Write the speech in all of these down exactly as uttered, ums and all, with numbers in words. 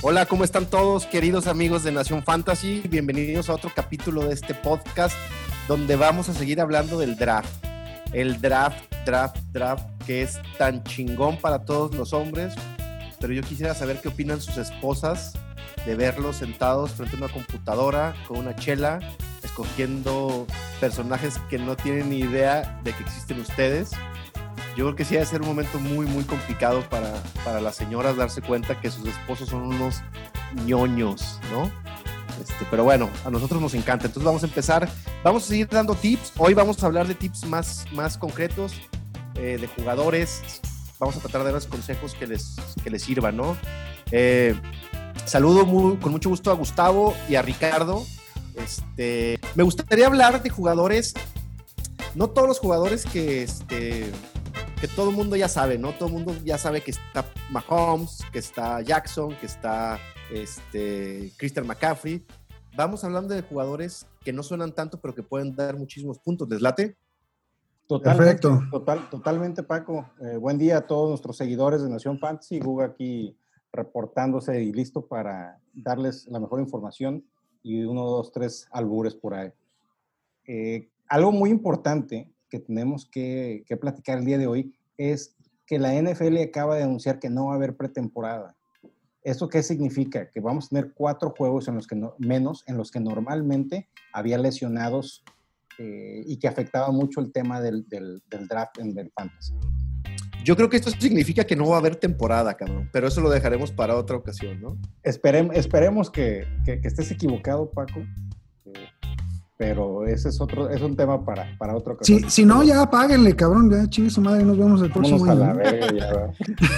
Hola, ¿cómo están todos, queridos amigos de Nación Fantasy? Bienvenidos a otro capítulo de este podcast donde vamos a seguir hablando del draft. El draft, draft, draft, que es tan chingón para todos los hombres, pero yo quisiera saber qué opinan sus esposas de verlos sentados frente a una computadora con una chela, escogiendo personajes que no tienen ni idea de que existen ustedes. Yo creo que sí debe ser un momento muy, muy complicado para, para las señoras darse cuenta que sus esposos son unos ñoños, ¿no? Este, pero bueno, a nosotros nos encanta. Entonces vamos a empezar. Vamos a seguir dando tips. Hoy vamos a hablar de tips más, más concretos, eh, de jugadores. Vamos a tratar de darles consejos que les, que les sirvan, ¿no? Eh, saludo muy, con mucho gusto a Gustavo y a Ricardo. Este, me gustaría hablar de jugadores, no todos los jugadores que... Este, que todo el mundo ya sabe, ¿no? Todo el mundo ya sabe que está Mahomes, que está Jackson, que está este, Christian McCaffrey. Vamos hablando de jugadores que no suenan tanto, pero que pueden dar muchísimos puntos. ¿Les late? Totalmente, Perfecto. Total, totalmente, Paco. Eh, buen día a todos nuestros seguidores de Nación Fantasy. Google aquí reportándose y listo para darles la mejor información y uno, dos, tres albures por ahí. Eh, algo muy importante que tenemos que, que platicar el día de hoy es que la N F L acaba de anunciar que no va a haber pretemporada. ¿Esto qué significa? Que vamos a tener cuatro juegos en los que no, menos en los que normalmente había lesionados eh, y que afectaba mucho el tema del, del, del draft en el fantasy. Yo creo que esto significa que no va a haber temporada, cabrón, pero eso lo dejaremos para otra ocasión, ¿no? Esperem, esperemos que, que, que estés equivocado, Paco. Eh, Pero ese es otro, es un tema para, para otro ocasión. Si, si no, ya apáguenle, cabrón, ya chingue su madre, nos vemos el próximo año. A la verga, ya,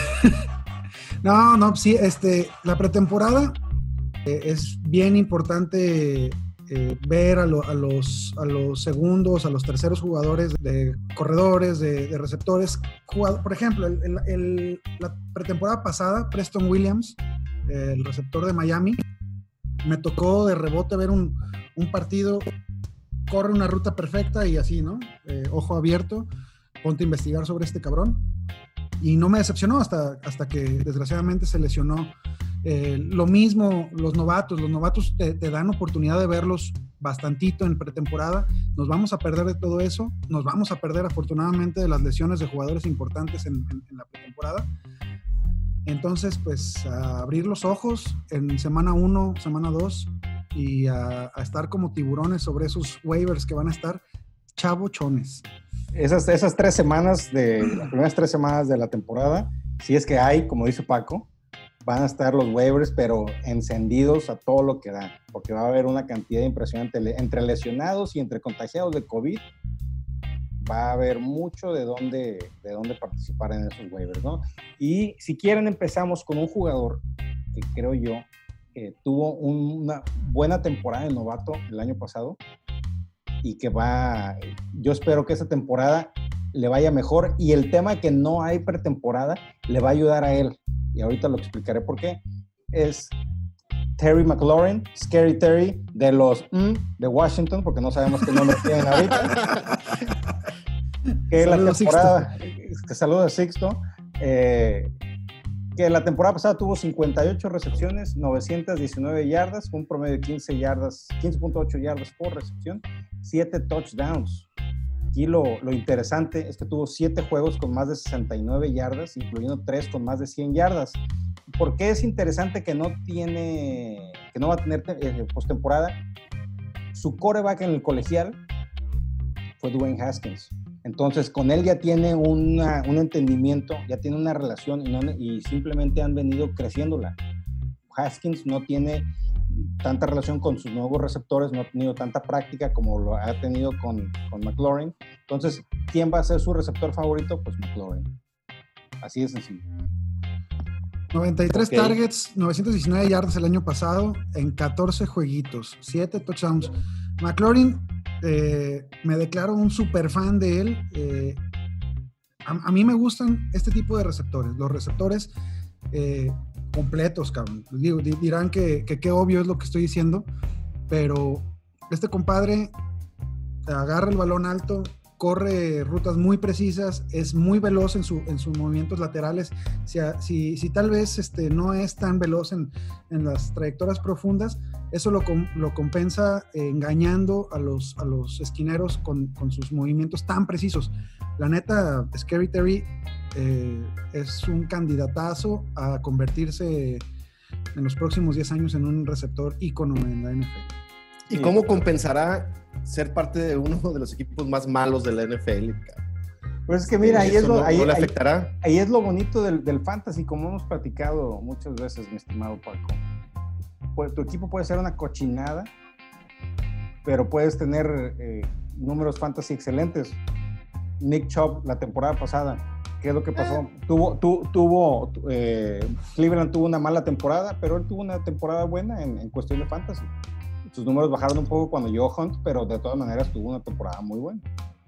no, no, sí, este, la pretemporada eh, es bien importante eh, ver a, lo, a, los, a los segundos, a los terceros jugadores de corredores, de, de receptores. Jugado, por ejemplo, el, el, el, la pretemporada pasada, Preston Williams, eh, el receptor de Miami, me tocó de rebote ver un, un partido. Corre una ruta perfecta y así, ¿no? Eh, ojo abierto, ponte a investigar sobre este cabrón. Y no me decepcionó hasta, hasta que desgraciadamente se lesionó. Eh, lo mismo los novatos. Los novatos te, te dan oportunidad de verlos bastantito en pretemporada. Nos vamos a perder de todo eso. Nos vamos a perder afortunadamente de las lesiones de jugadores importantes en, en, en la pretemporada. Entonces, pues, a abrir los ojos en semana uno, semana dos y a, a estar como tiburones sobre esos waivers que van a estar chavochones. Esas, esas tres semanas, de las primeras tres semanas de la temporada, si es que hay, como dice Paco, van a estar los waivers, pero encendidos a todo lo que da, porque va a haber una cantidad impresionante entre lesionados y entre contagiados de COVID. Va a haber mucho de dónde, de dónde participar en esos waivers, ¿no? Y si quieren empezamos con un jugador que creo yo que tuvo una buena temporada de novato el año pasado y que va, yo espero que esa temporada le vaya mejor y el tema de que no hay pretemporada le va a ayudar a él y ahorita lo explicaré por qué. Es Terry McLaurin, Scary Terry de los mm, de Washington, porque no sabemos qué nombre tienen ahorita. Que la temporada, que saluda a Sixto, eh, que la temporada pasada tuvo cincuenta y ocho recepciones, novecientas diecinueve yardas, un promedio de quince yardas, quince punto ocho yardas por recepción, siete touchdowns. Aquí lo, lo interesante es que tuvo siete juegos con más de sesenta y nueve yardas, incluyendo tres con más de cien yardas. ¿Por qué es interesante que no tiene, que no va a tener eh, postemporada? Su quarterback en el colegial fue Dwayne Haskins. Entonces, con él ya tiene una, un entendimiento, ya tiene una relación y, no, y simplemente han venido creciéndola. Haskins no tiene tanta relación con sus nuevos receptores, no ha tenido tanta práctica como lo ha tenido con, con McLaurin. Entonces, ¿quién va a ser su receptor favorito? Pues McLaurin. Así de sencillo. noventa y tres okay. Targets, novecientas diecinueve yardas el año pasado en catorce jueguitos, siete touchdowns. McLaurin, eh, me declaro un super fan de él. Eh, a, a mí me gustan este tipo de receptores, los receptores eh, completos, cabrón. Digo, dirán que qué obvio es lo que estoy diciendo, pero este compadre agarra el balón alto, corre rutas muy precisas, es muy veloz en, su, en sus movimientos laterales. Si, si, si tal vez este, no es tan veloz en, en las trayectorias profundas, eso lo, lo compensa eh, engañando a los, a los esquineros con, con sus movimientos tan precisos. La neta, Scary Terry eh, es un candidatazo a convertirse en los próximos diez años en un receptor ícono en la N F L. ¿Y cómo compensará ser parte de uno de los equipos más malos de la N F L? Pues es que mira, ahí es, lo, no, ahí, ¿no le ahí, afectará? ahí es lo bonito del, del fantasy, como hemos platicado muchas veces, mi estimado Paco. Pues, tu equipo puede ser una cochinada, pero puedes tener eh, números fantasy excelentes. Nick Chubb la temporada pasada, ¿qué es lo que pasó? Eh. Tuvo, tu, tuvo eh, Cleveland tuvo una mala temporada, pero él tuvo una temporada buena en, en cuestión de fantasy. Sus números bajaron un poco cuando llegó Hunt, pero de todas maneras tuvo una temporada muy buena.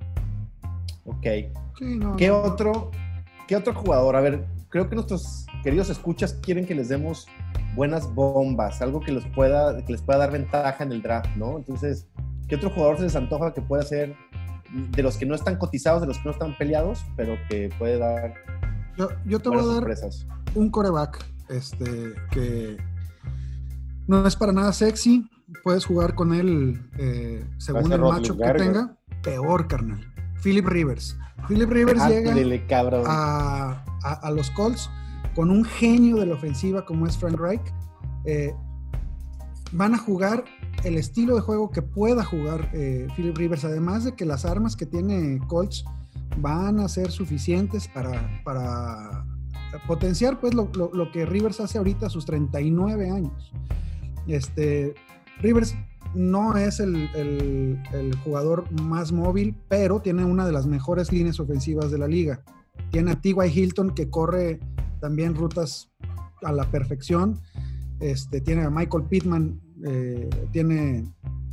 Ok. Sí, no, ¿Qué, no, otro, ¿Qué otro jugador? A ver, creo que nuestros queridos escuchas quieren que les demos buenas bombas, algo que, los pueda, que les pueda dar ventaja en el draft, ¿no? Entonces, ¿qué otro jugador se les antoja que pueda ser de los que no están cotizados, de los que no están peleados, pero que puede dar Yo, yo te voy a dar sorpresas? Un quarterback este, que no es para nada sexy. Puedes jugar con él eh, según el matchup que tenga. Peor, carnal. Philip Rivers. Philip Rivers ah, llega a, a, a los Colts con un genio de la ofensiva como es Frank Reich. Eh, van a jugar el estilo de juego que pueda jugar eh, Philip Rivers, además de que las armas que tiene Colts van a ser suficientes para, para potenciar pues lo, lo, lo que Rivers hace ahorita a sus treinta y nueve años. Este, Rivers no es el, el, el jugador más móvil, pero tiene una de las mejores líneas ofensivas de la liga. Tiene a T Y Hilton, que corre también rutas a la perfección. Este, tiene a Michael Pittman, eh, tiene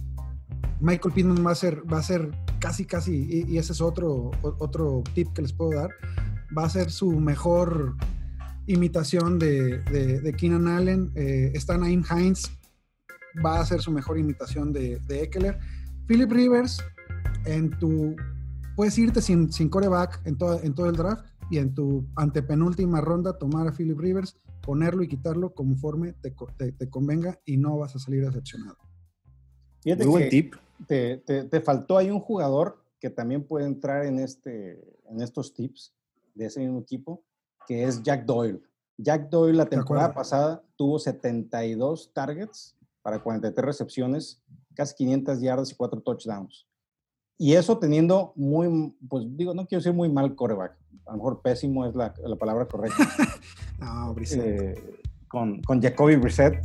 Michael Pittman va a ser, va a ser casi casi, y, y ese es otro, otro tip que les puedo dar, va a ser su mejor imitación de, de, de Keenan Allen. Eh, está Naeem Hines, va a ser su mejor imitación de, de Ekeler. Philip Rivers, en tu puedes irte sin, sin quarterback en todo, en todo el draft, y en tu antepenúltima ronda tomar a Philip Rivers, ponerlo y quitarlo conforme te, te, te convenga, y no vas a salir decepcionado. Fíjate Muy buen tip. Te, te, te faltó ahí un jugador que también puede entrar en, este, en estos tips de ese mismo equipo, que es Jack Doyle. Jack Doyle la temporada pasada tuvo setenta y dos targets para cuarenta y tres recepciones, casi quinientas yardas y cuatro touchdowns. Y eso teniendo muy, pues digo, no quiero decir muy mal quarterback, a lo mejor pésimo es la, la palabra correcta. No, Brissett. Eh, con, con Jacoby Brissett.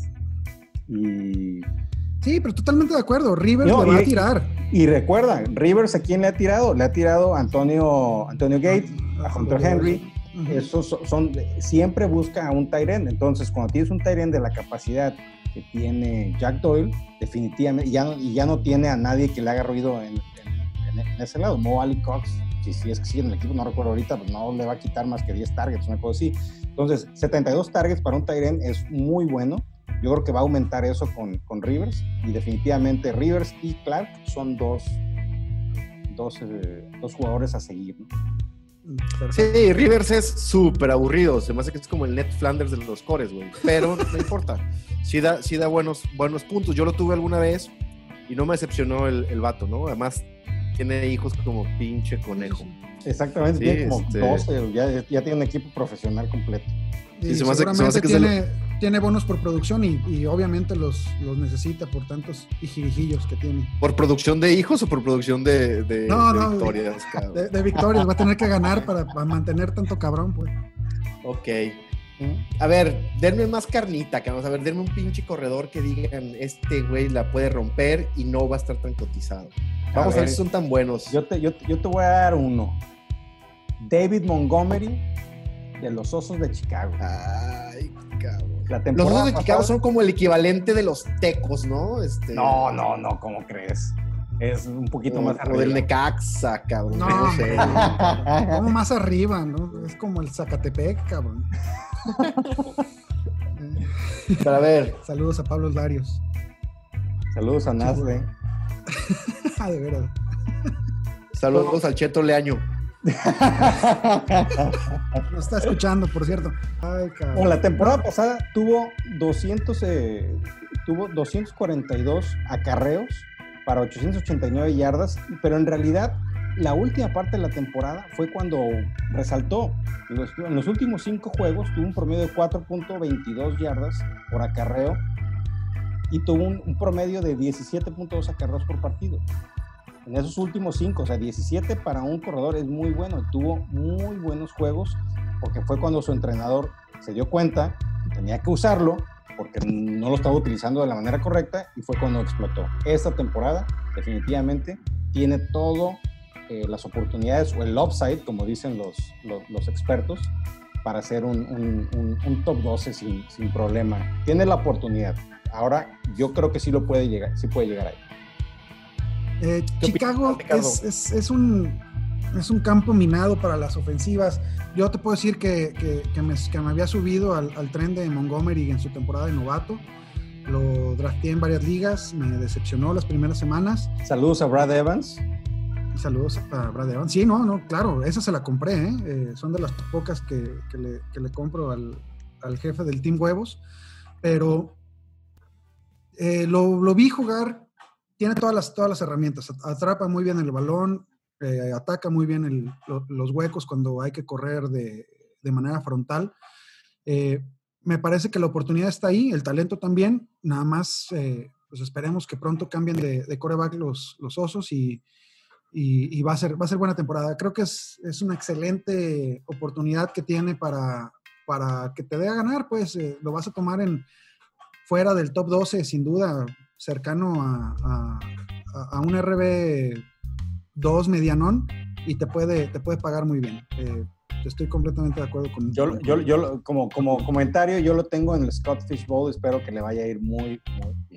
Y... Sí, pero totalmente de acuerdo. Rivers no, le va y, a tirar. Y, y recuerda, Rivers, ¿a quién le ha tirado? Le ha tirado a Antonio, Antonio Gates, a, a Hunter Henry. Uh-huh. Esos son, son, siempre busca a un tight end. Entonces, cuando tienes un tight end de la capacidad que tiene Jack Doyle, definitivamente, y ya, y ya no tiene a nadie que le haga ruido en, en, en ese lado. Mo Ali Cox, si, si es que sigue en el equipo, no recuerdo ahorita, pues no le va a quitar más que diez targets, una cosa así. Entonces, setenta y dos targets para un tight end es muy bueno. Yo creo que va a aumentar eso con, con Rivers, y definitivamente Rivers y Clark son dos, dos, eh, dos jugadores a seguir, ¿no? Sí, Rivers es súper aburrido. Se me hace que es como el Ned Flanders de los cores, güey. Pero no importa. Sí da, sí da buenos, buenos puntos. Yo lo tuve alguna vez y no me decepcionó el, el vato, ¿no? Además, tiene hijos como pinche conejo. Exactamente, sí, tiene como este... doce, ya, ya tiene un equipo profesional completo. Sí, sí, se me hace, seguramente se me hace que tiene, lo... tiene bonos por producción y, y obviamente los, los necesita por tantos hijirijillos que tiene. ¿Por producción de hijos o por producción de, de, no, de no, victorias? De, de, de victorias, va a tener que ganar para, para mantener tanto cabrón, pues. Ok. A ver, denme más carnita, que vamos a ver, denme un pinche corredor que digan, este güey la puede romper y no va a estar tan cotizado. Vamos a ver, a ver si son tan buenos. Yo te, yo, yo te voy a dar uno. David Montgomery, de los Osos de Chicago. Ay, cabrón. Los Osos de pasada... Chicago son como el equivalente de los Tecos, ¿no? Este... No, no, no, ¿cómo crees? Es un poquito o, más arriba. O del Necaxa, cabrón. No, no sé. Como más arriba, ¿no? Es como el Zacatepec, cabrón. Pero a ver. Saludos a Pablo Larios. Saludos a Nazle. Ah, de veras. Saludos al Cheto Leaño. Nos está escuchando, por cierto. Ay, cabrón. Bueno, la temporada pasada tuvo doscientos, eh, tuvo doscientos cuarenta y dos acarreos para ochocientas ochenta y nueve yardas, pero en realidad la última parte de la temporada fue cuando resaltó. En los, en los últimos cinco juegos tuvo un promedio de cuatro punto veintidós yardas por acarreo y tuvo un, un promedio de diecisiete punto dos acarreos por partido. En esos últimos cinco, o sea, diecisiete para un corredor es muy bueno. Tuvo muy buenos juegos porque fue cuando su entrenador se dio cuenta que tenía que usarlo porque no lo estaba utilizando de la manera correcta y fue cuando explotó. Esta temporada definitivamente tiene todo eh, las oportunidades o el upside, como dicen los, los, los expertos, para ser un, un, un, un top doce sin, sin problema. Tiene la oportunidad. Ahora yo creo que sí lo puede llegar, sí puede llegar ahí. Eh, Chicago es, es, es, un, es un campo minado para las ofensivas. Yo te puedo decir que, que, que, me, que me había subido al, al tren de Montgomery en su temporada de novato. Lo drafteé en varias ligas, me decepcionó las primeras semanas. Saludos a Brad Evans. Saludos a Brad Evans. Sí, no, no, claro, esa se la compré. ¿eh? Eh, son de las pocas que, que, le, que le compro al, al jefe del Team Huevos. Pero eh, lo, lo vi jugar. Tiene todas las, todas las herramientas, atrapa muy bien el balón, eh, ataca muy bien el, lo, los huecos cuando hay que correr de, de manera frontal. Eh, me parece que la oportunidad está ahí, el talento también, nada más eh, pues esperemos que pronto cambien de, de quarterback los, los Osos y, y, y va, a ser, va a ser buena temporada. Creo que es, es una excelente oportunidad que tiene para, para que te dé a ganar, pues eh, lo vas a tomar en fuera del top doce, sin duda, cercano a, a, a un R B dos medianón y te puede, te puede pagar muy bien. Eh, estoy completamente de acuerdo con yo. Yo, yo como, como comentario, yo lo tengo en el Scott Fish Bowl, espero que le vaya a ir muy, muy bien.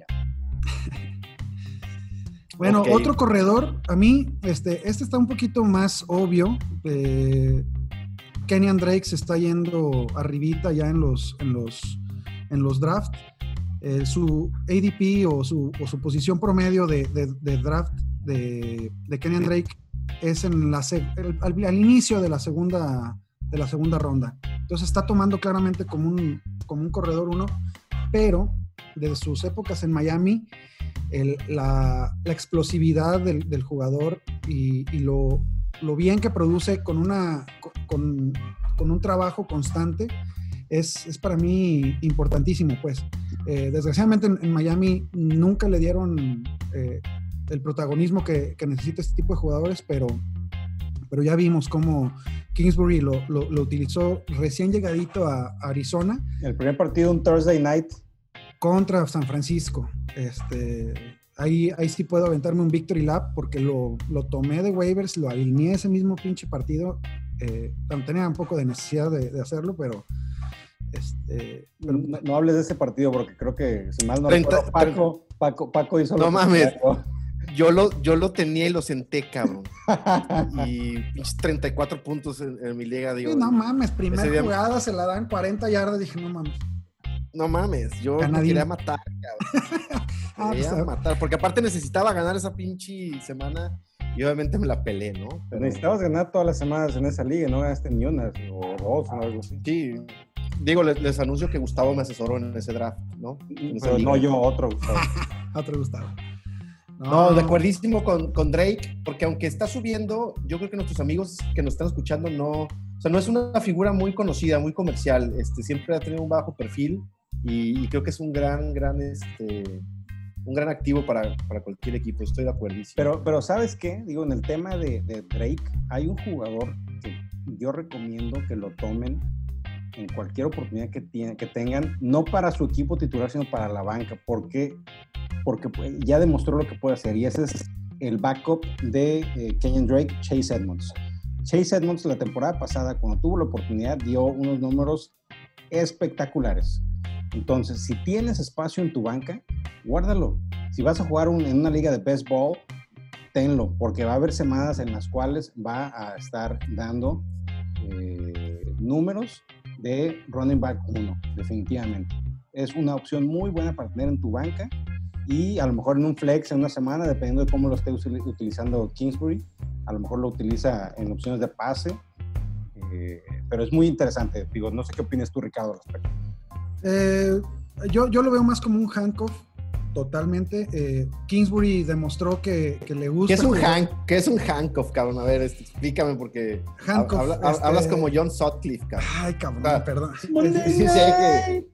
Bueno, okay. Otro corredor, a mí, este, este está un poquito más obvio. Eh, Kenyan Drake se está yendo arribita ya en los, en los, en los drafts. Eh, su A D P o su, o su posición promedio de, de, de draft de, de Kenyan Drake es en la el, al, al inicio de la segunda de la segunda ronda. Entonces está tomando claramente como un, como un corredor uno, pero de sus épocas en Miami, el, la, la explosividad del, del jugador y, y lo, lo bien que produce con, una, con, con un trabajo constante es, es para mí importantísimo, pues. Eh, desgraciadamente en, en Miami nunca le dieron eh, el protagonismo que, que necesita este tipo de jugadores, pero, pero ya vimos cómo Kingsbury lo, lo, lo utilizó recién llegadito a, a Arizona. El primer partido, un Thursday night. Contra San Francisco. Este, ahí, ahí sí puedo aventarme un victory lap porque lo, lo tomé de waivers, lo alineé ese mismo pinche partido. Eh, tenía un poco de necesidad de, de hacerlo, pero Este, pero, no, no hables de ese partido porque creo que si mal no recuerdo, Paco, Paco, Paco hizo no mames, yo lo, yo lo tenía y lo senté, cabrón. Y treinta y cuatro puntos en, en mi liga, digo. Sí, no mames, primera día... jugada se la dan cuarenta yardas, dije, no mames. No mames, yo me quería matar, cabrón. ah, quería pues, matar, porque aparte necesitaba ganar esa pinche semana y obviamente me la pelé, ¿no? Pero necesitabas ganar todas las semanas en esa liga, no ganaste ni una o dos o algo así. Sí. Digo, les, les anuncio que Gustavo me asesoró en ese draft, ¿no? En Pero no yo, otro Gustavo. Otro Gustavo. No, no de acuerdísimo con, con Drake, porque aunque está subiendo, yo creo que nuestros amigos que nos están escuchando no, o sea, no es una figura muy conocida, muy comercial, este, siempre ha tenido un bajo perfil y, y creo que es un gran, gran, este, un gran activo para, para cualquier equipo, estoy de acuerdísimo. Pero, pero ¿sabes qué? Digo, en el tema de, de Drake, hay un jugador que yo recomiendo que lo tomen en cualquier oportunidad que, tiene, que tengan, no para su equipo titular, sino para la banca, porque, porque ya demostró lo que puede hacer, y ese es el backup de eh, Kenyan Drake, Chase Edmonds. Chase Edmonds la temporada pasada, cuando tuvo la oportunidad, dio unos números espectaculares. Entonces, si tienes espacio en tu banca, guárdalo. Si vas a jugar un, en una liga de best ball, tenlo, porque va a haber semanas en las cuales va a estar dando eh, números de running back uno, definitivamente. Es una opción muy buena para tener en tu banca y a lo mejor en un flex en una semana, dependiendo de cómo lo esté utilizando Kingsbury, a lo mejor lo utiliza en opciones de pase, eh, pero es muy interesante. Digo, no sé qué opinas tú, Ricardo, al respecto. Eh, yo, yo lo veo más como un handcuff, totalmente. Eh, Kingsbury demostró que, que le gusta. ¿Qué es un, jugar... hand, ¿qué es un handcuff, cabrón? A ver, este, explícame, porque handcuff, habla, este... hablas como John Sutcliffe, cabrón. Ay, cabrón, Ah, perdón. Sí, sí, sí, que...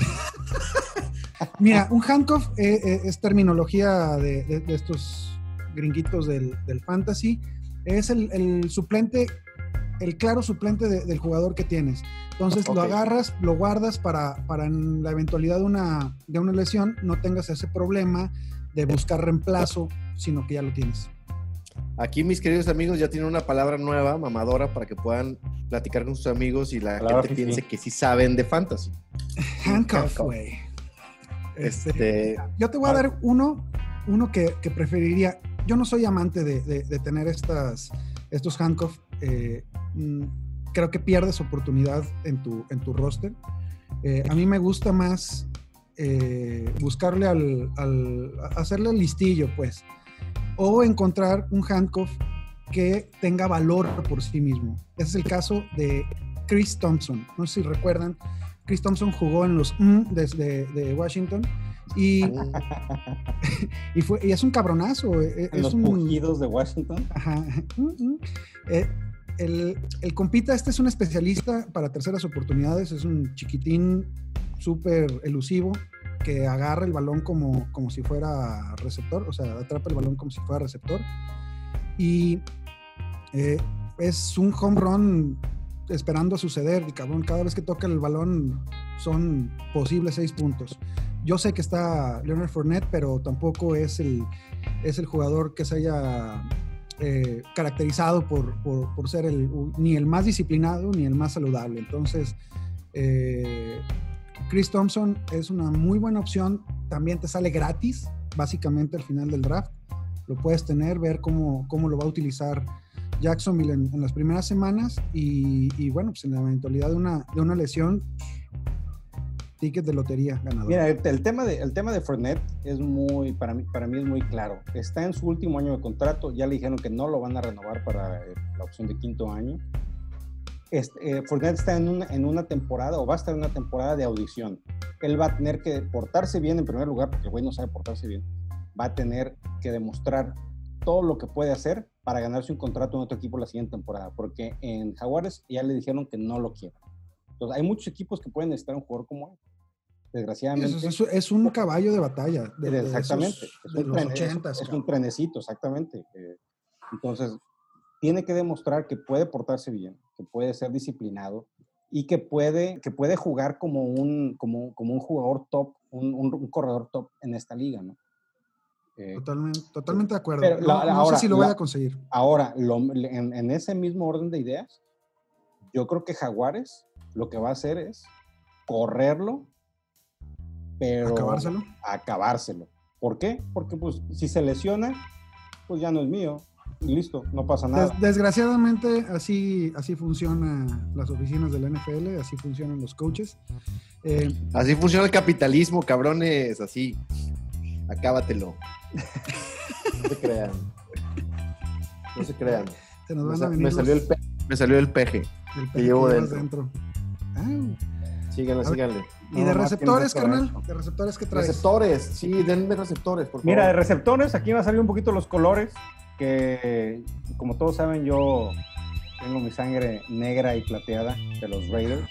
Mira, un handcuff eh, eh, es terminología de, de, de estos gringuitos del, del fantasy. Es el, el suplente, el claro suplente de, del jugador que tienes. Entonces okay. lo agarras, lo guardas para, para en la eventualidad de una, de una lesión no tengas ese problema de buscar reemplazo, sino que ya lo tienes. Aquí mis queridos amigos ya tienen una palabra nueva, mamadora, para que puedan platicar con sus amigos y la palabra gente que piense sí. que sí saben de fantasy. Handcuff, güey. Este... Este, yo te voy a dar uno, uno que, que preferiría. Yo no soy amante de, de, de tener estas, estos handcuffs. Eh, creo que pierdes oportunidad en tu, en tu roster. Eh, a mí me gusta más eh, buscarle al, al... hacerle el listillo, pues. O encontrar un handcuff que tenga valor por sí mismo. Ese es el caso de Chris Thompson. No sé si recuerdan. Chris Thompson jugó en los M desde de Washington y, y, fue, y es un cabronazo. En es los un, pujidos de Washington. Ajá. Eh, el, el compita este es un especialista para terceras oportunidades, es un chiquitín súper elusivo que agarra el balón como, como si fuera receptor, o sea, atrapa el balón como si fuera receptor y eh, es un home run esperando a suceder, y cabrón, cada vez que toca el balón son posibles seis puntos. Yo sé que está Leonard Fournette, pero tampoco es el, es el jugador que se haya eh, caracterizado por, por, por ser el, ni el más disciplinado ni el más saludable. Entonces, eh, Chris Thompson es una muy buena opción. También te sale gratis, básicamente al final del draft. Lo puedes tener, ver cómo, cómo lo va a utilizar Jacksonville en, en las primeras semanas y, y bueno, pues en la eventualidad de una, de una lesión, ticket de lotería ganador. Mira, el, el tema de el tema de Fournette es muy, para mí, para mí es muy claro. Está en su último año de contrato, ya le dijeron que no lo van a renovar para eh, la opción de quinto año. Este, eh, Fournette está en una, en una temporada, o va a estar en una temporada de audición. Él va a tener que portarse bien en primer lugar, porque el güey no sabe portarse bien. Va a tener que demostrar todo lo que puede hacer para ganarse un contrato en otro equipo la siguiente temporada, porque en Jaguares ya le dijeron que no lo quieren. Entonces, hay muchos equipos que pueden necesitar un jugador como él. Desgraciadamente. Es, es, es un caballo de batalla. De, exactamente. De esos, es, de un los tren, ochentas, es, es un trenecito, exactamente. Eh, entonces, tiene que demostrar que puede portarse bien, que puede ser disciplinado y que puede, que puede jugar como un, como, como un jugador top, un, un, un corredor top en esta liga, ¿no? Eh, totalmente, totalmente de acuerdo. Pero, no, la, la, no ahora, sé si lo la, voy a conseguir. Ahora, lo, en, en ese mismo orden de ideas, yo creo que Jaguares lo que va a hacer es correrlo, pero acabárselo. acabárselo. ¿Por qué? Porque pues si se lesiona, pues ya no es mío. Y listo, no pasa nada. Des, desgraciadamente así, así funcionan las oficinas de la N F L, así funcionan los coaches. Eh, así funciona el capitalismo, cabrones, así. Acábatelo. No se crean. No se crean. Se nos van me, a venir me, salió los... el pe, me salió el peje. El peje que llevo que dentro. dentro. Ah. Síganle, síganle. ¿Y no, de receptores, carnal? ¿De receptores qué traes? Receptores, sí, denme receptores, por favor. Mira, de receptores, aquí va a salir un poquito los colores, que como todos saben, yo tengo mi sangre negra y plateada de los Raiders.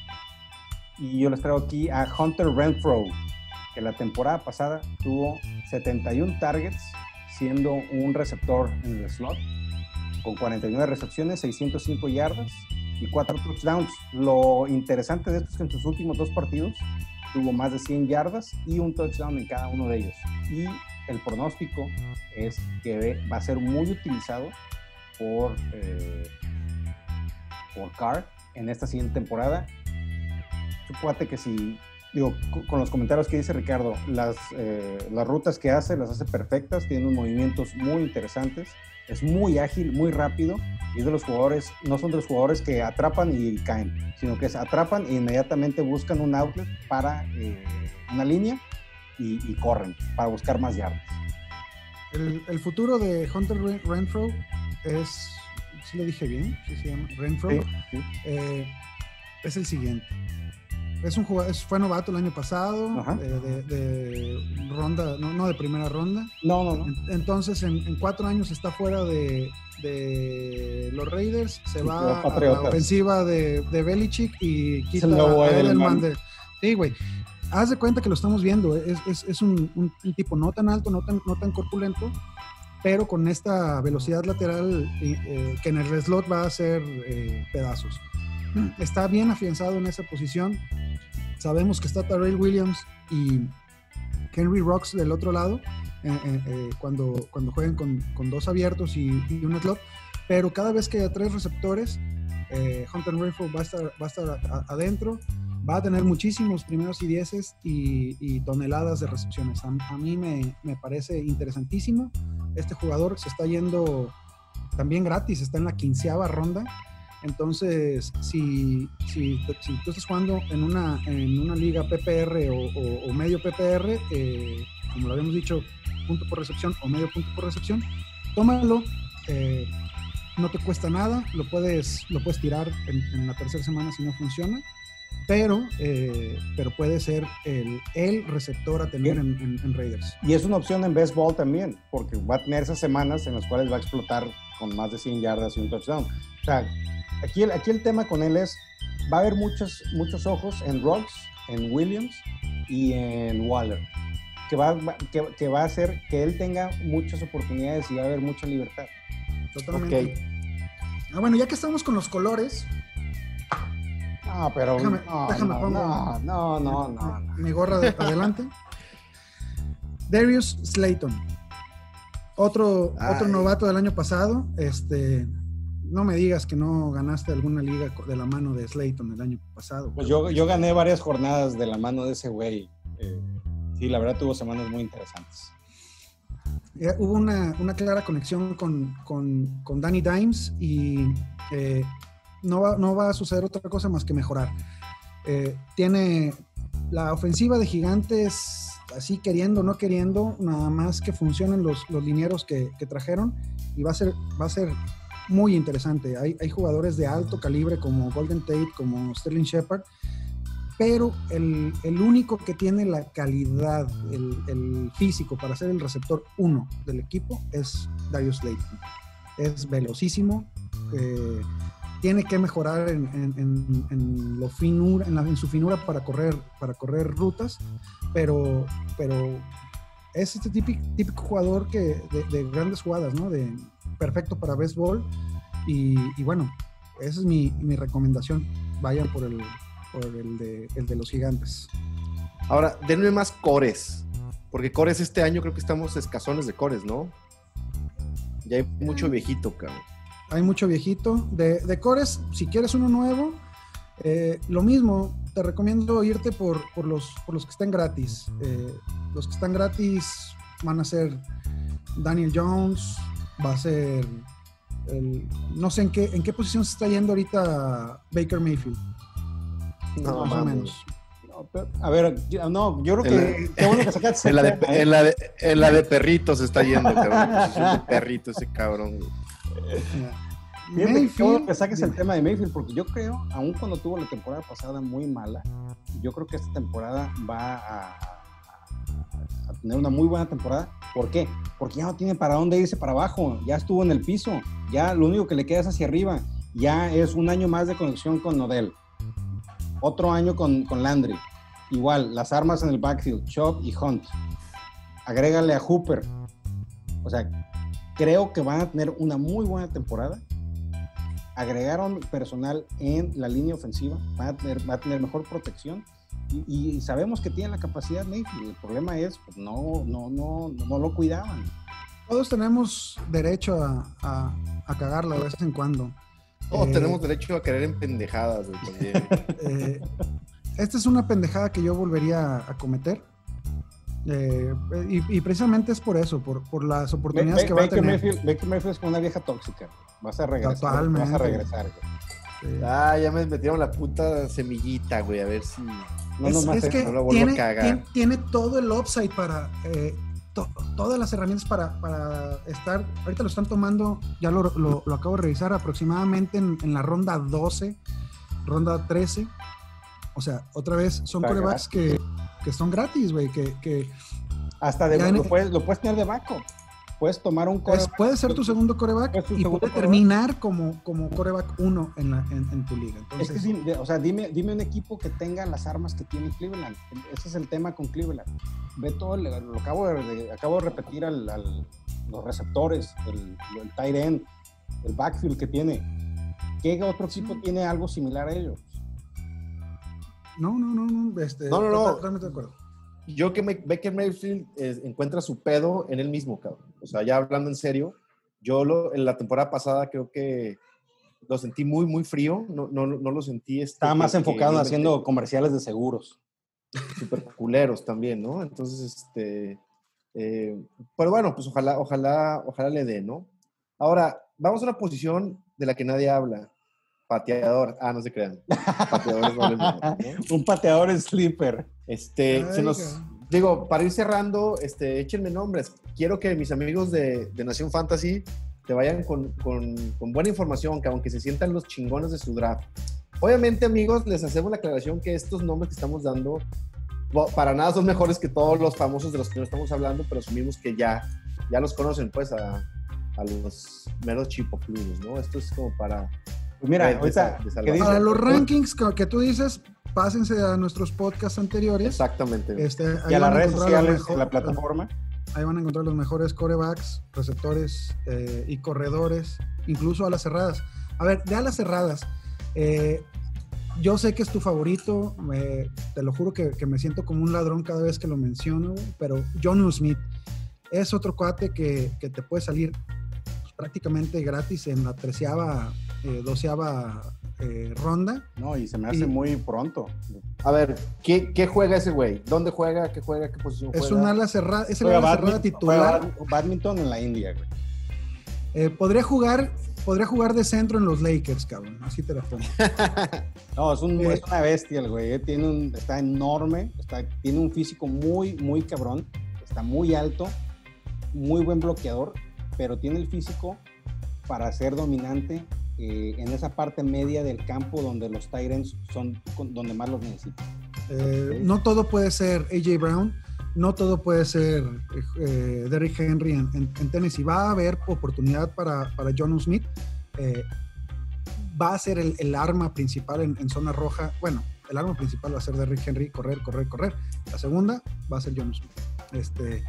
Y yo les traigo aquí a Hunter Renfrow, que la temporada pasada tuvo setenta y uno targets, siendo un receptor en el slot, con cuarenta y nueve recepciones, seiscientos cinco yardas y cuatro touchdowns. Lo interesante de esto es que en sus últimos dos partidos tuvo más de cien yardas y un touchdown en cada uno de ellos. Y el pronóstico es que va a ser muy utilizado por, eh, por Carr en esta siguiente temporada. Supóngate que si, digo, con los comentarios que dice Ricardo, las, eh, las rutas que hace, las hace perfectas, tiene unos movimientos muy interesantes, es muy ágil, muy rápido, y es de los jugadores, no son de los jugadores que atrapan y caen, sino que se atrapan e inmediatamente buscan un outlet para eh, una línea y, y corren para buscar más yardas. El, el futuro de Hunter Renfrow es, ¿sí lo dije bien? ¿Sí se llama? Renfroe. Sí, sí. Eh, es el siguiente. Es un jugador, es, fue novato el año pasado, eh, de, de ronda, no, no de primera ronda. No, no, no. Entonces, en, en cuatro años está fuera de, de los Raiders, se va a la ofensiva de, de Belichick y quita a Edelman. De, sí, güey. Haz de cuenta que lo estamos viendo. Es, es, es un, un, un tipo no tan alto, no tan, no tan corpulento, pero con esta velocidad lateral eh, que en el slot va a hacer eh, pedazos. Está bien afianzado en esa posición. Sabemos que está Tyrell Williams y Henry Rocks del otro lado eh, eh, eh, cuando, cuando jueguen con, con dos abiertos y, y un slot, pero cada vez que haya tres receptores, eh, Hunter Renfroe va a estar, va a estar a, a, adentro, va a tener muchísimos primeros y dieces y, y toneladas de recepciones. A, a mí me, me parece interesantísimo. Este jugador se está yendo también gratis, está en la quinceava ronda. Entonces, si, si, si tú estás jugando en una, en una liga P P R o, o, o medio P P R, eh, como lo habíamos dicho, punto por recepción o medio punto por recepción, tómalo, eh, no te cuesta nada, lo puedes, lo puedes tirar en, en la tercera semana si no funciona, pero, eh, pero puede ser el, el receptor a tener en, en, en Raiders. Y es una opción en best ball también, porque va a tener esas semanas en las cuales va a explotar con más de cien yardas y un touchdown. O sea, Aquí el, aquí el tema con él es, va a haber muchos, muchos ojos en Ruggs, en Williams y en Waller, que va, que, que va a hacer que él tenga muchas oportunidades y va a haber mucha libertad. Totalmente. Okay. Ah, bueno, ya que estamos con los colores. No, pero... Déjame, no, déjame no, pongo no, no, no, no, no. Mi gorra de adelante. Darius Slayton. Otro, otro novato del año pasado, este... No me digas que no ganaste alguna liga de la mano de Slayton el año pasado. Pues yo, yo gané varias jornadas de la mano de ese güey. Eh, sí, la verdad tuvo semanas muy interesantes. Eh, hubo una, una clara conexión con, con, con Danny Dimes y eh, no, va, no va a suceder otra cosa más que mejorar. Eh, tiene la ofensiva de Gigantes, así queriendo o no queriendo, nada más que funcionen los, los linieros que, que trajeron y va a ser... Va a ser muy interesante. Hay, hay jugadores de alto calibre como Golden Tate, como Sterling Shepard, pero el, el único que tiene la calidad, el, el físico para ser el receptor uno del equipo es Darius Slayton. Es velocísimo, eh, tiene que mejorar en, en, en, en, lo finura, en, la, en su finura para correr, para correr rutas, pero, pero es este típico, típico jugador que, de, de grandes jugadas, ¿no? De, perfecto para béisbol y, y bueno, esa es mi, mi recomendación. Vayan por el, por el de, el de los Gigantes. Ahora, denme más cores, porque cores este año creo que estamos escasones de cores, ¿no? Ya hay mucho viejito, cabrón. Hay mucho viejito. De, de cores, si quieres uno nuevo, eh, lo mismo, te recomiendo irte por, por, los, por los que estén gratis. Eh, los que están gratis van a ser Daniel Jones, va a ser el, no sé en qué en qué posición se está yendo ahorita Baker Mayfield. No, más mames. o menos. No, pero, a ver, yo, no, yo creo que en qué bueno que sacaste en la de, tema, ¿eh? en la de, en la de perritos está yendo, cabrón. Es un perrito ese cabrón. Fíjate, qué bueno que saques el tema de Mayfield, porque yo creo, aun cuando tuvo la temporada pasada muy mala, yo creo que esta temporada va a, a tener una muy buena temporada. ¿Por qué? Porque ya no tiene para dónde irse para abajo, ya estuvo en el piso, ya lo único que le queda es hacia arriba, ya es un año más de conexión con Odell, otro año con, con Landry, igual, las armas en el backfield, Chubb y Hunt, agrégale a Hooper, o sea, creo que van a tener una muy buena temporada. Agregaron personal en la línea ofensiva, va a tener, va a tener mejor protección y, y sabemos que tiene la capacidad Mayfield. El problema es, pues no, no, no, no lo cuidaban. Todos tenemos derecho a, a, a cagarla de vez en cuando. Todos eh, tenemos derecho a querer en pendejadas. eh, esta es una pendejada que yo volvería a cometer. Eh, y, y precisamente es por eso, por, por las oportunidades Be- que va Baker a tener. Mayfield, Baker Mayfield es como una vieja tóxica. Vas a regresar. Totalmente. Vas a regresar. Eh, Ah, ya me metieron la puta semillita, güey, a ver si... No, es, nomás es eso, que no lo vuelvo tiene, a cagar. tiene, tiene todo el upside para eh, to, todas las herramientas para, para estar, ahorita lo están tomando, ya lo, lo, lo acabo de revisar, aproximadamente en, en la ronda doce, ronda trece. O sea, otra vez son corebacks que, que son gratis, güey, que, que... Hasta de, lo, en, puedes, lo puedes tener de backup. Puedes tomar un coreback. Puede ser tu segundo coreback y segundo puede terminar como, como coreback uno en, la, en, en tu liga. Entonces, es que, o sea, dime, dime un equipo que tenga las armas que tiene Cleveland. Ese es el tema con Cleveland. Ve todo, el, lo acabo de, acabo de repetir al, al, los receptores, el, el tight end, el backfield que tiene. ¿Qué otro equipo sí. tiene algo similar a ellos? No, no, no, no. Este, no, no, no. Totalmente de acuerdo. Yo que me, Baker Mayfield eh, encuentra su pedo en él mismo, cabrón. O sea, ya hablando en serio, yo lo, en la temporada pasada creo que lo sentí muy, muy frío. No, no, no lo sentí. Este, Estaba más que, enfocado que, en haciendo comerciales de seguros. Súper culeros también, ¿no? Entonces, este... Eh, pero bueno, pues ojalá, ojalá, ojalá le dé, ¿no? Ahora, vamos a una posición de la que nadie habla. Pateador. Ah, no se crean. Pateadores vale más, ¿no? Un pateador sleeper. Este, Ay, se nos, digo, para ir cerrando, este, échenme nombres. Quiero que mis amigos de, de Nación Fantasy te vayan con, con, con buena información, que aunque se sientan los chingones de su draft. Obviamente, amigos, les hacemos la aclaración que estos nombres que estamos dando para nada son mejores que todos los famosos de los que no estamos hablando, pero asumimos que ya, ya los conocen, pues, a, a los meros chipocludos, ¿no? Esto es como para... Pues mira, ahorita, para los rankings que tú dices, pásense a nuestros podcasts anteriores. Exactamente. Este, y a las redes sociales, mejor, la plataforma. Ahí van a encontrar los mejores corebacks, receptores eh, y corredores, incluso alas cerradas. A ver, de alas cerradas, eh, yo sé que es tu favorito, eh, te lo juro que, que me siento como un ladrón cada vez que lo menciono, pero Jonnu Smith es otro cuate que, que te puede salir prácticamente gratis en la treceava, eh, doceava eh, ronda. No, y se me hace y, muy pronto. A ver, ¿qué, qué juega ese güey? ¿Dónde juega? ¿Qué juega? ¿Qué posición juega? Es un ala cerrada, es el ala cerrada titular. Juega badminton en la India, güey. Eh, podría jugar, podría jugar de centro en los Lakers, cabrón. Así te la pongo. No, es, un, eh, es una bestia el güey. Eh. Tiene un, está enorme, está, tiene un físico muy, muy cabrón. Está muy alto, muy buen bloqueador, pero tiene el físico para ser dominante eh, en esa parte media del campo donde los tight ends son donde más los necesitan. Eh, ¿sí? No todo puede ser A J Brown, no todo puede ser eh, Derrick Henry en, en, en Tennessee. Va a haber oportunidad para, para Jonnu Smith. Eh, va a ser el, el arma principal en, en zona roja. Bueno, el arma principal va a ser Derrick Henry, correr, correr, correr. La segunda va a ser Jonnu Smith. Este...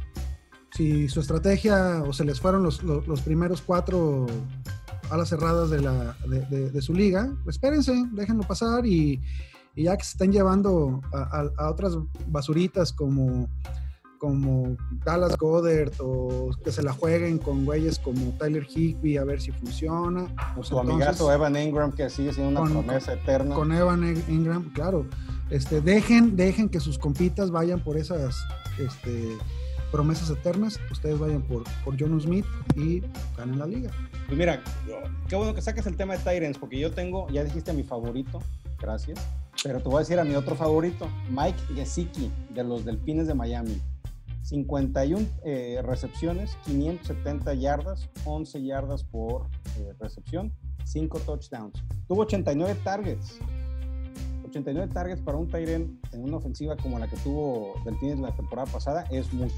Si su estrategia o se les fueron los, los, los primeros cuatro alas cerradas de, la, de, de, de su liga, pues espérense, déjenlo pasar y, y ya que se están llevando a, a, a otras basuritas como, como Dallas Goedert o que se la jueguen con güeyes como Tyler Higbee a ver si funciona. O su amigazo Evan Engram, que sigue siendo una con, promesa eterna. Con Evan Engram, claro. Este, dejen, dejen que sus compitas vayan por esas... Este, promesas eternas, ustedes vayan por, por Jonnu Smith y ganen la liga. Pues mira, qué bueno que saques el tema de tight ends, porque yo tengo, ya dijiste a mi favorito, gracias, pero te voy a decir a mi otro favorito, Mike Gesicki, de los Delfines de Miami. cincuenta y una eh, recepciones, quinientas setenta yardas, once yardas por eh, recepción, cinco touchdowns. Tuvo ochenta y nueve targets. ochenta y nueve targets para un tight end en una ofensiva como la que tuvo Delfines la temporada pasada es mucho.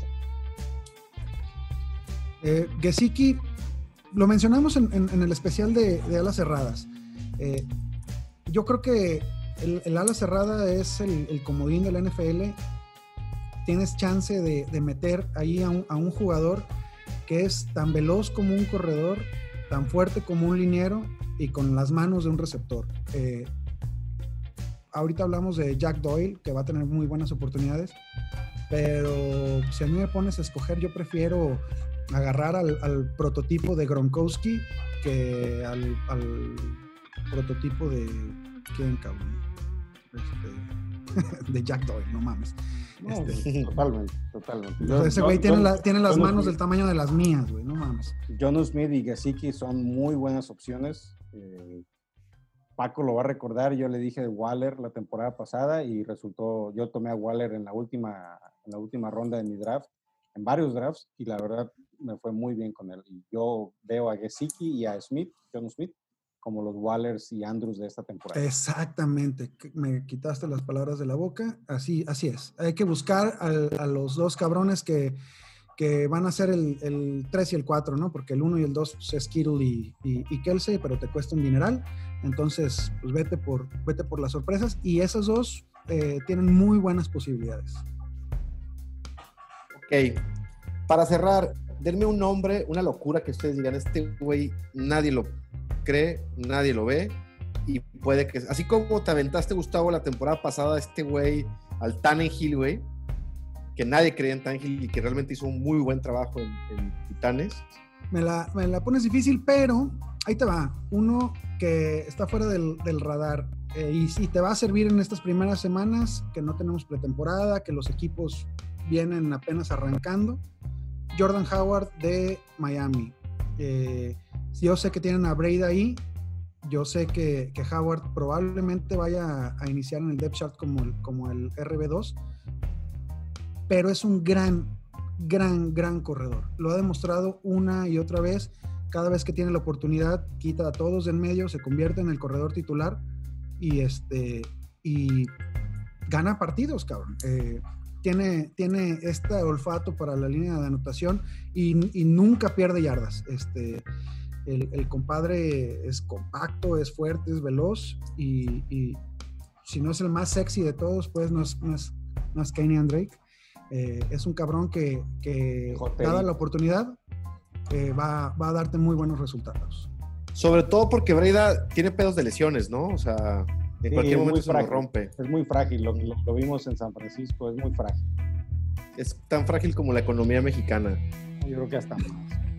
Eh, Gesicki, lo mencionamos en, en, en el especial de, de alas cerradas. Eh, yo creo que el, el ala cerrada es el, el comodín de la N F L. Tienes chance de, de meter ahí a un, a un jugador que es tan veloz como un corredor, tan fuerte como un liniero y con las manos de un receptor. Eh, ahorita hablamos de Jack Doyle, que va a tener muy buenas oportunidades, pero si a mí me pones a escoger, yo prefiero agarrar al, al prototipo de Gronkowski que al, al prototipo de ¿quién, cabrón? Este, de Jack Doyle, no mames. No, este, totalmente, totalmente. Yo, ese güey tiene, la, tiene las manos del tamaño de las mías, güey, no mames. Jonnu Smith y Gesicki son muy buenas opciones. Eh, Paco lo va a recordar, yo le dije de Waller la temporada pasada y resultó, yo tomé a Waller en la última, en la última ronda de mi draft en varios drafts y la verdad me fue muy bien con él. Y yo veo a Gesicki y a Smith, John Smith, como los Wallers y Andrews de esta temporada. Exactamente, me quitaste las palabras de la boca, así, así es. Hay que buscar al, a los dos cabrones que, que van a ser el, el tres y el cuatro, ¿no? Porque el uno y el dos pues, es Kittle y, y, y Kelsey, pero te cuesta un dineral. Entonces, pues vete por, vete por las sorpresas. Y esos dos eh, tienen muy buenas posibilidades. Ok. Para cerrar, denme un nombre, una locura que ustedes digan, este güey nadie lo cree, nadie lo ve y puede que, así como te aventaste, Gustavo, la temporada pasada este güey al Tannehill, güey, que nadie creía en Tannehill y que realmente hizo un muy buen trabajo en, en Titanes. Me la, me la pones difícil, pero ahí te va, uno que está fuera del, del radar eh, y sí, te va a servir en estas primeras semanas que no tenemos pretemporada, que los equipos vienen apenas arrancando. Jordan Howard de Miami. Eh, yo sé que tienen a Brady ahí. Yo sé que, que Howard probablemente vaya a, a iniciar en el depth chart como el, como el R B dos, pero es un gran, gran, gran corredor. Lo ha demostrado una y otra vez. Cada vez que tiene la oportunidad, quita a todos de en medio, se convierte en el corredor titular y, este, y gana partidos, cabrón. Eh, Tiene, tiene este olfato para la línea de anotación y, y nunca pierde yardas. Este, el, el compadre es compacto, es fuerte, es veloz y, y si no es el más sexy de todos, pues no es, no es, no es Kenyan Drake. Eh, es un cabrón que, que dada la oportunidad, eh, va, va a darte muy buenos resultados. Sobre todo porque Breda tiene pedos de lesiones, ¿no? O sea... En sí, cualquier momento se lo rompe. Es muy frágil, lo, lo, lo vimos en San Francisco, es muy frágil. Es tan frágil como la economía mexicana. Yo creo que hasta más.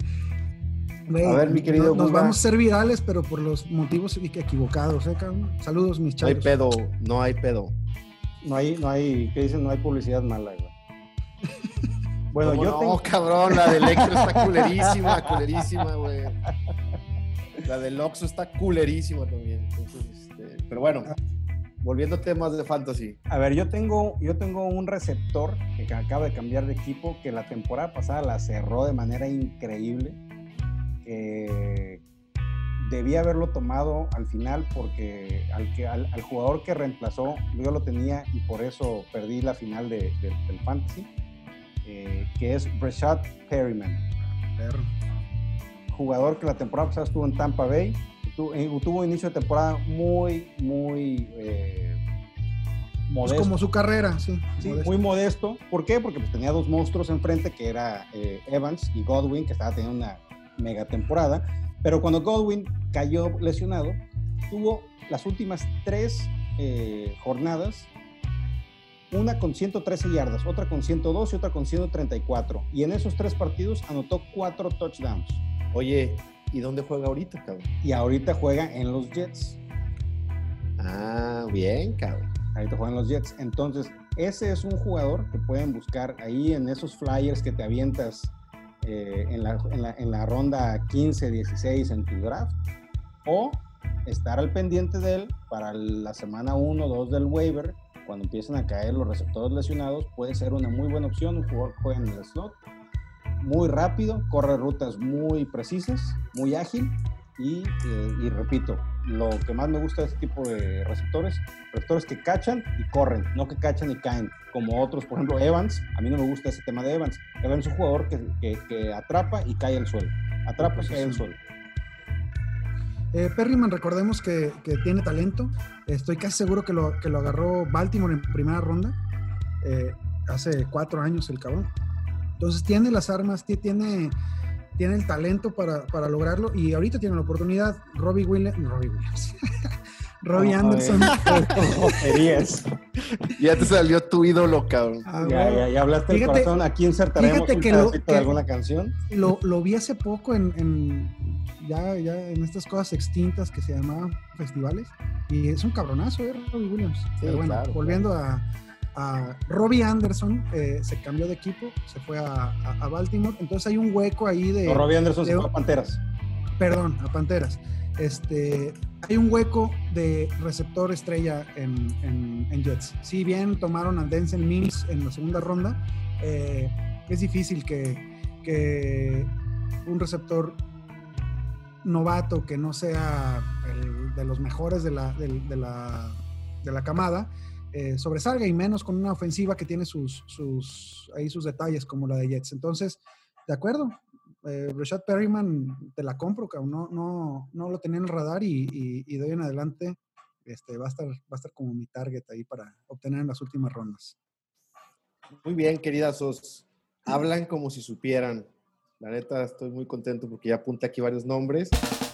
Wey, a ver, mi querido Nos Guga. Vamos a ser virales, pero por los motivos equivocados, ¿eh, cabrón? Saludos, mis chavos. No hay pedo, no hay pedo. No hay, no hay, ¿qué dicen? No hay publicidad mala, güey. Bueno, yo no, tengo... cabrón, la del Electro está culerísima, culerísima, güey. La del Oxxo está culerísima también, entonces... Pero bueno, volviendo a temas de fantasy. A ver, yo tengo, yo tengo un receptor que acaba de cambiar de equipo, que la temporada pasada la cerró de manera increíble, que debía haberlo tomado al final porque al, que, al, al jugador que reemplazó yo lo tenía y por eso perdí la final de, de, del fantasy, eh, que es Rashad Perryman. Perro. Jugador que la temporada pasada estuvo en Tampa Bay. Tuvo, tuvo inicio de temporada muy, muy eh, modesto. Pues como su carrera, sí. Sí, modesto. Muy modesto. ¿Por qué? Porque pues, tenía dos monstruos enfrente, que era eh, Evans y Godwin, que estaba teniendo una mega temporada. Pero cuando Godwin cayó lesionado, tuvo las últimas tres eh, jornadas, una con ciento trece yardas, otra con ciento dos y otra con ciento treinta y cuatro. Y en esos tres partidos anotó cuatro touchdowns. Oye, ¿y dónde juega ahorita, cabrón? Y ahorita juega en los Jets. Ah, bien, cabrón. Ahorita juega en los Jets. Entonces, ese es un jugador que pueden buscar ahí en esos flyers que te avientas eh, en, la, en, la, en la ronda quince, dieciséis en tu draft. O estar al pendiente de él para la semana uno o dos del waiver. Cuando empiecen a caer los receptores lesionados, puede ser una muy buena opción. Un jugador que juega en el slot. Muy rápido, corre rutas muy precisas, muy ágil y, eh, y repito, lo que más me gusta de este tipo de receptores, receptores que cachan y corren, no que cachan y caen, como otros, por ejemplo Evans. A mí no me gusta ese tema de Evans. Evans es un jugador que, que, que atrapa y cae al suelo, atrapa y cae al suelo. Eh, Perryman, recordemos que, que tiene talento, estoy casi seguro que lo, que lo agarró Baltimore en primera ronda, eh, hace cuatro años el cabrón. Entonces tiene las armas, tiene, tiene el talento para, para lograrlo y ahorita tiene la oportunidad. Robbie Williams, Robbie Williams, Robbie oh, Anderson. Ya te salió tu ídolo, cabrón. Ah, ya, bueno. ya, ya hablaste del corazón. Aquí insertaremos un que pedacito lo, que de alguna canción. Lo, lo vi hace poco en, en ya, ya en estas cosas extintas que se llamaban festivales y es un cabronazo, ¿eh? Robbie Williams. Sí, Pero bueno, claro, volviendo claro. a a Robbie Anderson, eh, se cambió de equipo, se fue a, a, a Baltimore, entonces hay un hueco ahí de... No, Robbie Anderson de, se fue a Panteras. Perdón, a Panteras. Este, hay un hueco de receptor estrella en, en, en Jets. Si bien tomaron a Denzel Mims en la segunda ronda, eh, es difícil que, que un receptor novato que no sea el de los mejores de la, de, de la, de la camada eh, sobresalga, y menos con una ofensiva que tiene sus, sus, ahí sus detalles como la de Jets. Entonces, de acuerdo, eh, Rashad Perryman te la compro, cabrón. No, no, no lo tenía en el radar, y, y, y de hoy en adelante este, va, a estar, va a estar como mi target ahí para obtener en las últimas rondas. Muy bien, queridazos. Hablan como si supieran. La neta, estoy muy contento porque ya apunté aquí varios nombres.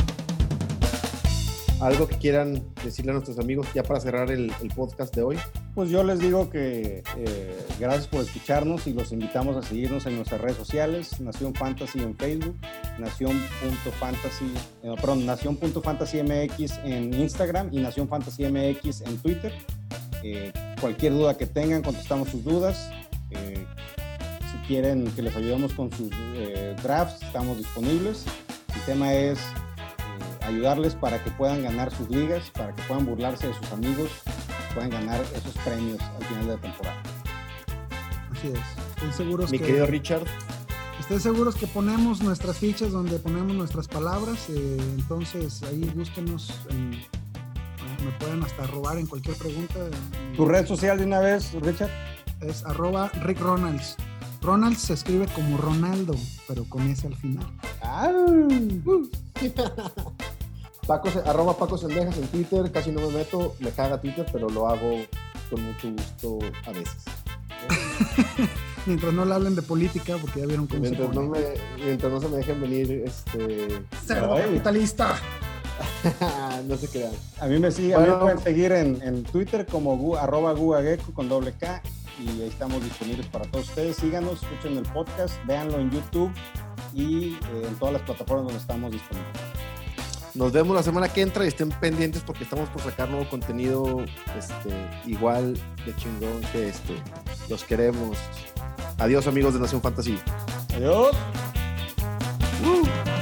¿Algo que quieran decirle a nuestros amigos ya para cerrar el, el podcast de hoy? Pues yo les digo que eh, gracias por escucharnos y los invitamos a seguirnos en nuestras redes sociales, Nación Fantasy en Facebook, Nación.fantasy, eh, perdón, Nación.fantasymx en Instagram y Nación Fantasy M X en Twitter. Eh, cualquier duda que tengan, contestamos sus dudas. Eh, si quieren que les ayudemos con sus eh, drafts, estamos disponibles. El tema es ayudarles para que puedan ganar sus ligas, para que puedan burlarse de sus amigos, puedan ganar esos premios al final de la temporada. Así es. Estén seguros Mi que, querido Richard. Estén seguros que ponemos nuestras fichas donde ponemos nuestras palabras. Eh, entonces ahí búsquenos. En, me pueden hasta robar en cualquier pregunta. ¿Tu red social de una vez, Richard? Es arroba Rick Ronalds. Ronalds se escribe como Ronaldo, pero con ese al final. ¡Ah! Uh. Paco, arroba Paco Sendejas en Twitter, casi no me meto, me caga Twitter, pero lo hago con mucho gusto a veces. Mientras no le hablen de política, porque ya vieron cómo mientras se pone. No me, mientras no se me dejen venir, este... ¡Cerdo capitalista! No se crean. A mí me sigue, bueno, a mí me pueden seguir en, en Twitter como gu, arroba guageco con doble K, y ahí estamos disponibles para todos ustedes. Síganos, escuchen el podcast, véanlo en YouTube y eh, en todas las plataformas donde estamos disponibles. Nos vemos la semana que entra y estén pendientes porque estamos por sacar nuevo contenido este, igual de chingón que este. Los queremos. Adiós, amigos de Nación Fantasy. Adiós. Uh.